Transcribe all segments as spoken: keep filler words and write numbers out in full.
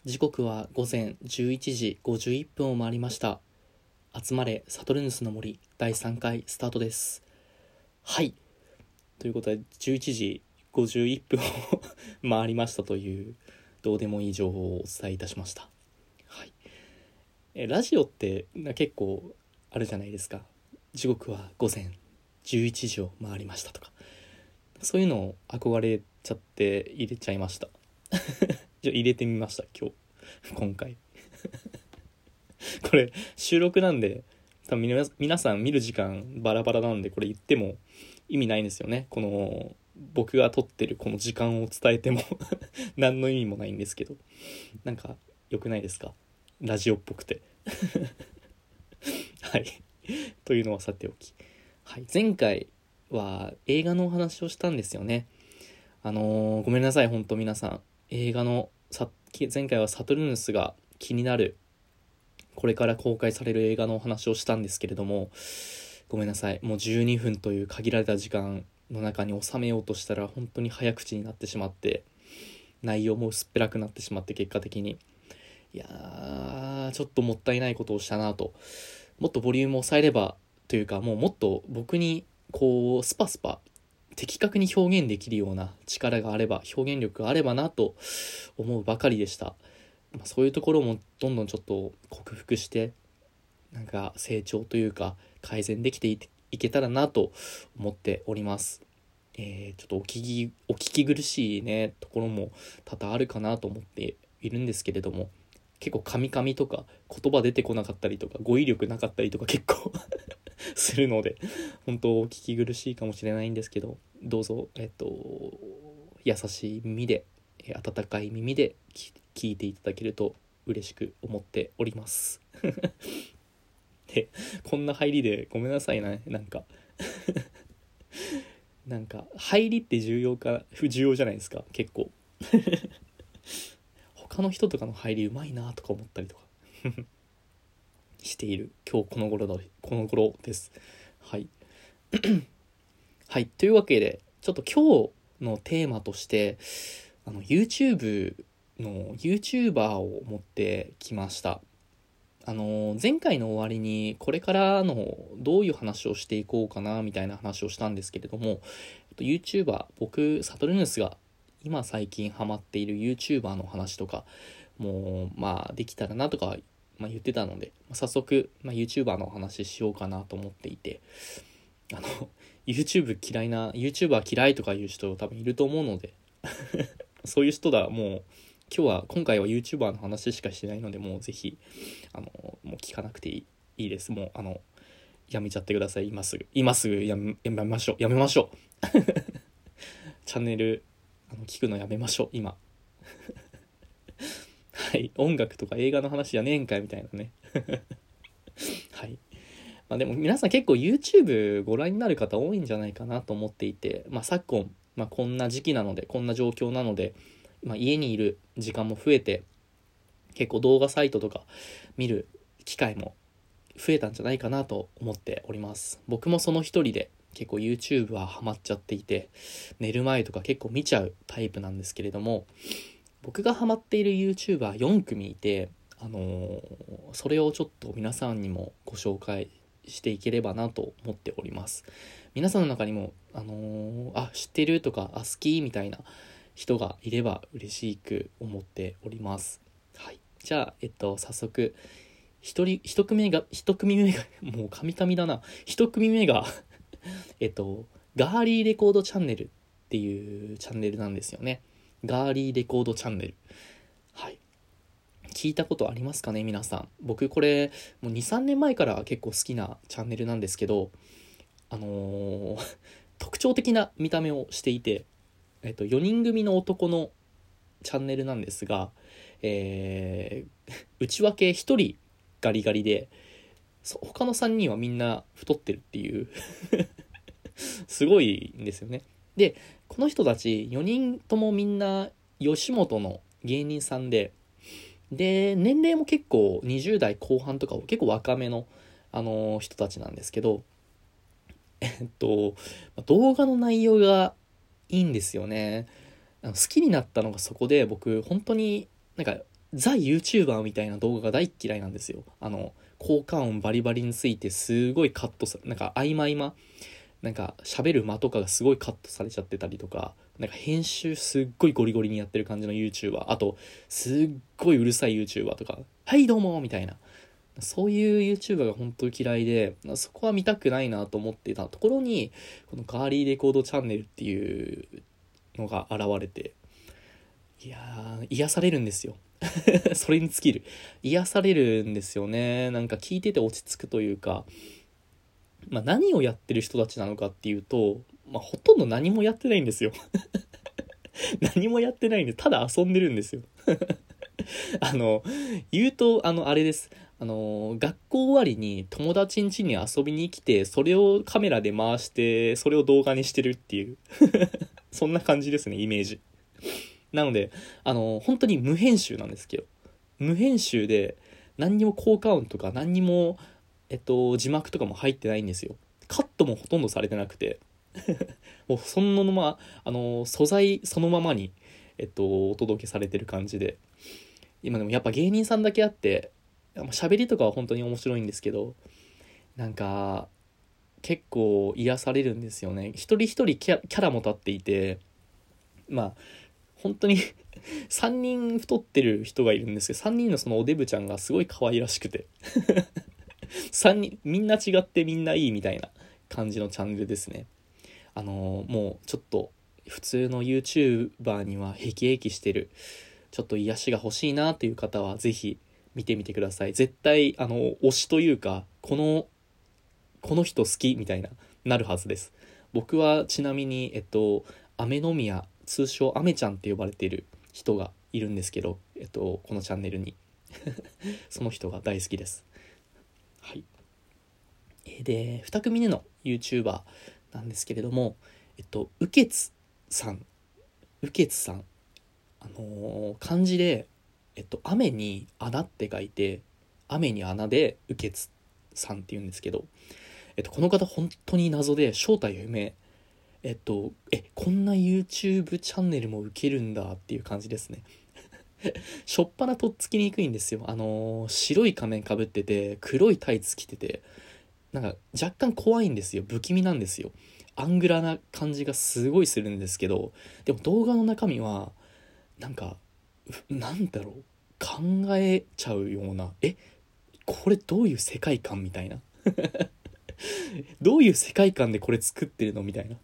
時刻は午前じゅういちじごじゅういっぷんを回りました。集まれサトルヌスの森だいさんかいスタートです。はい、ということでじゅういちじごじゅういっぷんを回りましたというどうでもいい情報をお伝えいたしました。はい、えラジオって結構あるじゃないですか。時刻は午前じゅういちじを回りましたとか、そういうのを憧れちゃって入れちゃいましたじゃ入れてみました今日今回これ収録なんで多分皆さん見る時間バラバラなんで、これ言っても意味ないんですよね。この僕が撮ってるこの時間を伝えても何の意味もないんですけど、なんか良くないですか、ラジオっぽくてはいというのはさておき、はい、前回は映画のお話をしたんですよね。あのー、ごめんなさい本当皆さん、映画のさ前回はサトルヌスが気になるこれから公開される映画のお話をしたんですけれども、ごめんなさい、もうじゅうにふんという限られた時間の中に収めようとしたら本当に早口になってしまって、内容も薄っぺらくなってしまって、結果的にいやーちょっともったいないことをしたなと。もっとボリュームを抑えればというか、もうもっと僕にこうスパスパ的確に表現できるような力があれば、表現力があればなと思うばかりでした。まあ、そういうところもどんどんちょっと克服して、なんか成長というか改善できて い, いけたらなと思っております。えー、ちょっとお聞きお聞き苦しいねところも多々あるかなと思っているんですけれども、結構カミカミとか言葉出てこなかったりとか語彙力なかったりとか結構するので、本当お聞き苦しいかもしれないんですけど、どうぞえっと優しい耳で、温かい耳で聞いていただけると嬉しく思っておりますで、こんな入りでごめんなさいね、なんかなんか入りって重要か不重要じゃないですか結構他の人とかの入りうまいなとか思ったりとかしている今日この頃だこの頃ですはいはいというわけで、ちょっと今日のテーマとしてあの YouTube の YouTuber を持ってきました。あの前回の終わりにこれからのどういう話をしていこうかなみたいな話をしたんですけれども、 YouTuber、 僕サトルヌスが今最近ハマっている YouTuber の話とかもうまあできたらなとか、まあ、言ってたので、早速、まあ、YouTuber のお話ししようかなと思っていて、あの YouTube 嫌いな YouTuber 嫌いとかいう人多分いると思うのでそういう人だ、もう今日は今回は YouTuber の話しかしてないので、もうぜひあのもう聞かなくていいいいです。もうあのやめちゃってください。今すぐ今すぐやめやめましょうやめましょうチャンネルあの聞くのやめましょう今はい、音楽とか映画の話じゃねえんかいみたいなねはい、まあ、でも皆さん結構 YouTube ご覧になる方多いんじゃないかなと思っていて、まあ、昨今、まあ、こんな時期なのでこんな状況なので、まあ、家にいる時間も増えて結構動画サイトとか見る機会も増えたんじゃないかなと思っております。僕もその一人で結構 YouTube はハマっちゃっていて、寝る前とか結構見ちゃうタイプなんですけれども、僕がハマっている YouTuberよんくみいて、あのー、それをちょっと皆さんにもご紹介していければなと思っております。皆さんの中にも、あのー、あ知ってるとかあ好きみたいな人がいれば嬉しく思っております。はい、じゃあえっと早速一人一組目が一組目がもうカミカミだな一組目がえっとガーリーレコードチャンネルっていうチャンネルなんですよね。ガーリーレコードチャンネル、はい、聞いたことありますかね皆さん。僕これもう にさんねんまえから結構好きなチャンネルなんですけど、あのー、特徴的な見た目をしていて、えっと、よにん組の男のチャンネルなんですが、えー、内訳ひとりガリガリで、他のさんにんはみんな太ってるっていうすごいんですよね。でこの人たちよにんともみんな吉本の芸人さんで、で年齢も結構にじゅう代後半とか結構若めの、あのー、人たちなんですけど、えっと動画の内容がいいんですよね。好きになったのがそこで、僕本当になんかザ YouTuber みたいな動画が大っ嫌いなんですよ。あの効果音バリバリについてすごいカットさ、なんか合間合間なんか喋る間とかがすごいカットされちゃってたりとか、なんか編集すっごいゴリゴリにやってる感じの YouTuber、 あとすっごいうるさい YouTuber とか、はいどうもみたいな、そういう YouTuber が本当に嫌いで、そこは見たくないなと思ってたところに、このガーリーレコードチャンネルっていうのが現れて、いやー癒されるんですよそれに尽きる。癒されるんですよね。なんか聞いてて落ち着くというか、まあ、何をやってる人たちなのかっていうと、まあ、ほとんど何もやってないんですよ何もやってないんで、ただ遊んでるんですよあの言うと、あのあれです、あの学校終わりに友達ん家に遊びに来て、それをカメラで回してそれを動画にしてるっていうそんな感じですね、イメージ。なので、あの本当に無編集なんですけど、無編集で何にも効果音とか何にも、えっと、字幕とかも入ってないんですよ。カットもほとんどされてなくてもうそのまま、あの素材そのままに、えっと、お届けされてる感じで、今でもやっぱ芸人さんだけあって、喋りとかは本当に面白いんですけど、なんか結構癒されるんですよね。一人一人キャキャラも立っていて、まあ本当にさんにん太ってる人がいるんですけど、さんにんのそのおデブちゃんがすごい可愛らしくてさんにんみんな違ってみんないいみたいな感じのチャンネルですね。あのー、もうちょっと普通の YouTuber にはへきへきしてる、ちょっと癒しが欲しいなっていう方はぜひ見てみてください。絶対あの推しというか、このこの人好きみたいななるはずです。僕はちなみに、えっとアメノミヤ、通称アメちゃんって呼ばれている人がいるんですけど、えっとこのチャンネルにその人が大好きです。はい。でに組目の YouTuber なんですけれども、えっとうけつさん、うけつさん、あのー漢字で、えっと雨に穴って書いて、雨に穴でうけつさんって言うんですけど、えっとこの方本当に謎で正体不明。えっとえこんな YouTube チャンネルも受けるんだっていう感じですねしょっぱなとっつきにくいんですよ。あのー白い仮面かぶってて黒いタイツ着てて、なんか若干怖いんですよ。不気味なんですよ。アングラな感じがすごいするんですけど、でも動画の中身はなんかなんだろう、考えちゃうような、えこれどういう世界観みたいなどういう世界観でこれ作ってるのみたいな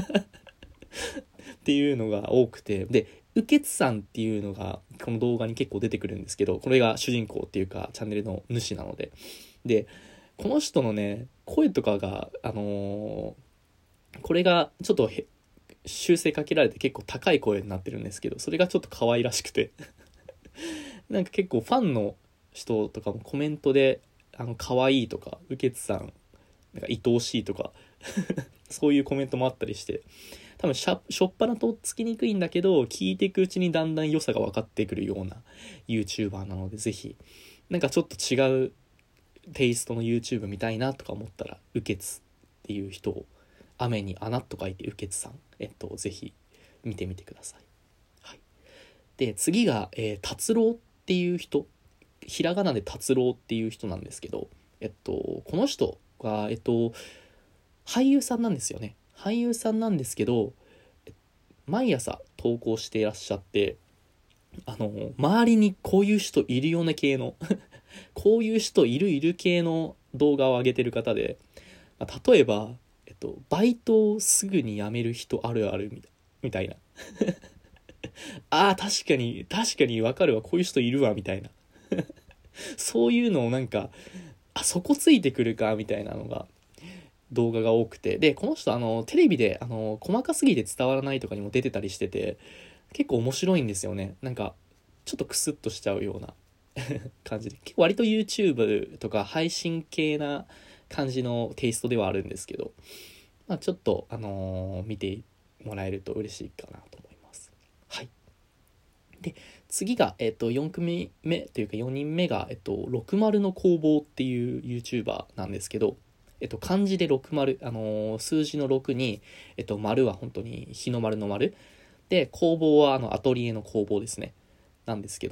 っていうのが多くて、でうけつさんっていうのがこの動画に結構出てくるんですけど、これが主人公っていうかチャンネルの主なので、でこの人のね声とかがあのー、これがちょっと修正かけられて結構高い声になってるんですけど、それがちょっと可愛らしくてなんか結構ファンの人とかもコメントで、あの可愛いとか、うけつさんなんか愛おしいとかそういうコメントもあったりして、多分しゃしょっぱなとっつきにくいんだけど、聞いていくうちにだんだん良さが分かってくるような YouTuber なので、ぜひなんかちょっと違うテイストの YouTube 見たいなとか思ったら、うけつっていう人を、雨に穴と書いてうけつさん、えっとぜひ見てみてください。はい、で次が、えー、達郎っていう人、ひらがなで達郎っていう人なんですけど、えっとこの人がえっと俳優さんなんですよね。俳優さんなんですけど、毎朝投稿していらっしゃって、あの周りにこういう人いるよね系のこういう人いるいる系の動画を上げてる方で、例えば、えっと、バイトをすぐに辞める人あるあるみたいみたいなああ確かに確かにわかるわ、こういう人いるわみたいなそういうのをなんか、あそこついてくるかみたいなのが動画が多くて、でこの人あのテレビであの細かすぎて伝わらないとかにも出てたりしてて、結構面白いんですよね。なんかちょっとクスッとしちゃうような感じで、結構割と YouTube とか配信系な感じのテイストではあるんですけど、まあ、ちょっとあのー、見てもらえると嬉しいかなと思います。はい。で次が、えっと、よん組目というかよにんめが、えっと、ろくまるの工房っていう YouTuber なんですけど、えっと、漢字でろくまる、あのー、数字のろくに、えっと、丸は本当に日の丸の丸で、工房はあのアトリエの工房ですね、なんですけど、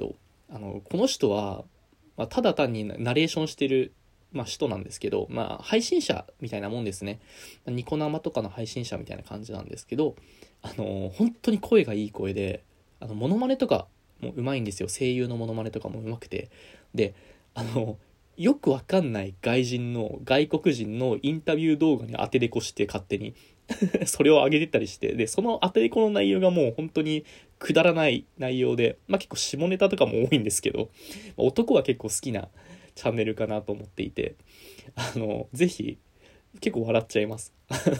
あのこの人は、まあ、ただ単にナレーションしてる、まあ、人なんですけど、まあ、配信者みたいなもんですね。ニコ生とかの配信者みたいな感じなんですけど、あの本当に声がいい声で、あのモノマネとかもうまいんですよ。声優のモノマネとかもうまくて、であのよくわかんない外人の外国人のインタビュー動画に当てれこして勝手にそれを上げてったりして、でその当てれこの内容がもう本当にくだらない内容で、まあ結構下ネタとかも多いんですけど、男は結構好きなチャンネルかなと思っていて、あのぜひ結構笑っちゃいます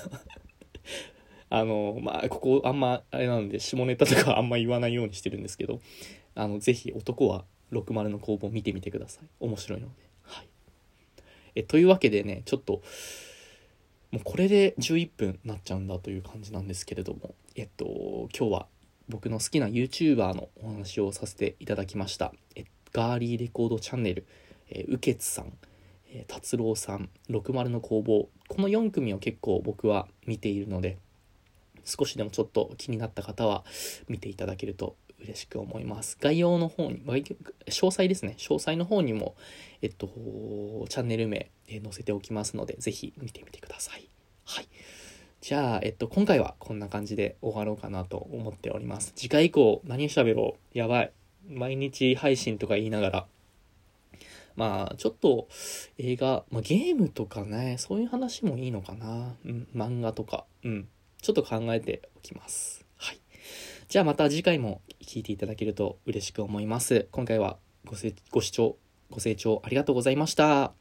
あのまあここあんまあれなんで下ネタとかあんま言わないようにしてるんですけど、あのぜひ男はろくじゅうの工房見てみてください。面白いので。はい。えというわけでね、ちょっともうこれでじゅういっぷんなっちゃうんだという感じなんですけれども、えっと今日は僕の好きな YouTuber のお話をさせていただきました。えガーリーレコードチャンネル、えー、うけつさん、えー、達郎さん、ろくじゅうの工房、このよん組を結構僕は見ているので、少しでもちょっと気になった方は見ていただけると嬉しく思います。概要の方に、詳細ですね。詳細の方にも、えっと、チャンネル名、えー載せておきますので、ぜひ見てみてください。はい。じゃあ、えっと、今回はこんな感じで終わろうかなと思っております。次回以降、何喋ろう？やばい。毎日配信とか言いながら、まあ、ちょっと映画、まあ、ゲームとかね、そういう話もいいのかな。うん、漫画とか、うん。ちょっと考えておきます。はい。じゃあまた次回も聞いていただけると嬉しく思います。今回はごせご視聴、ご清聴ありがとうございました。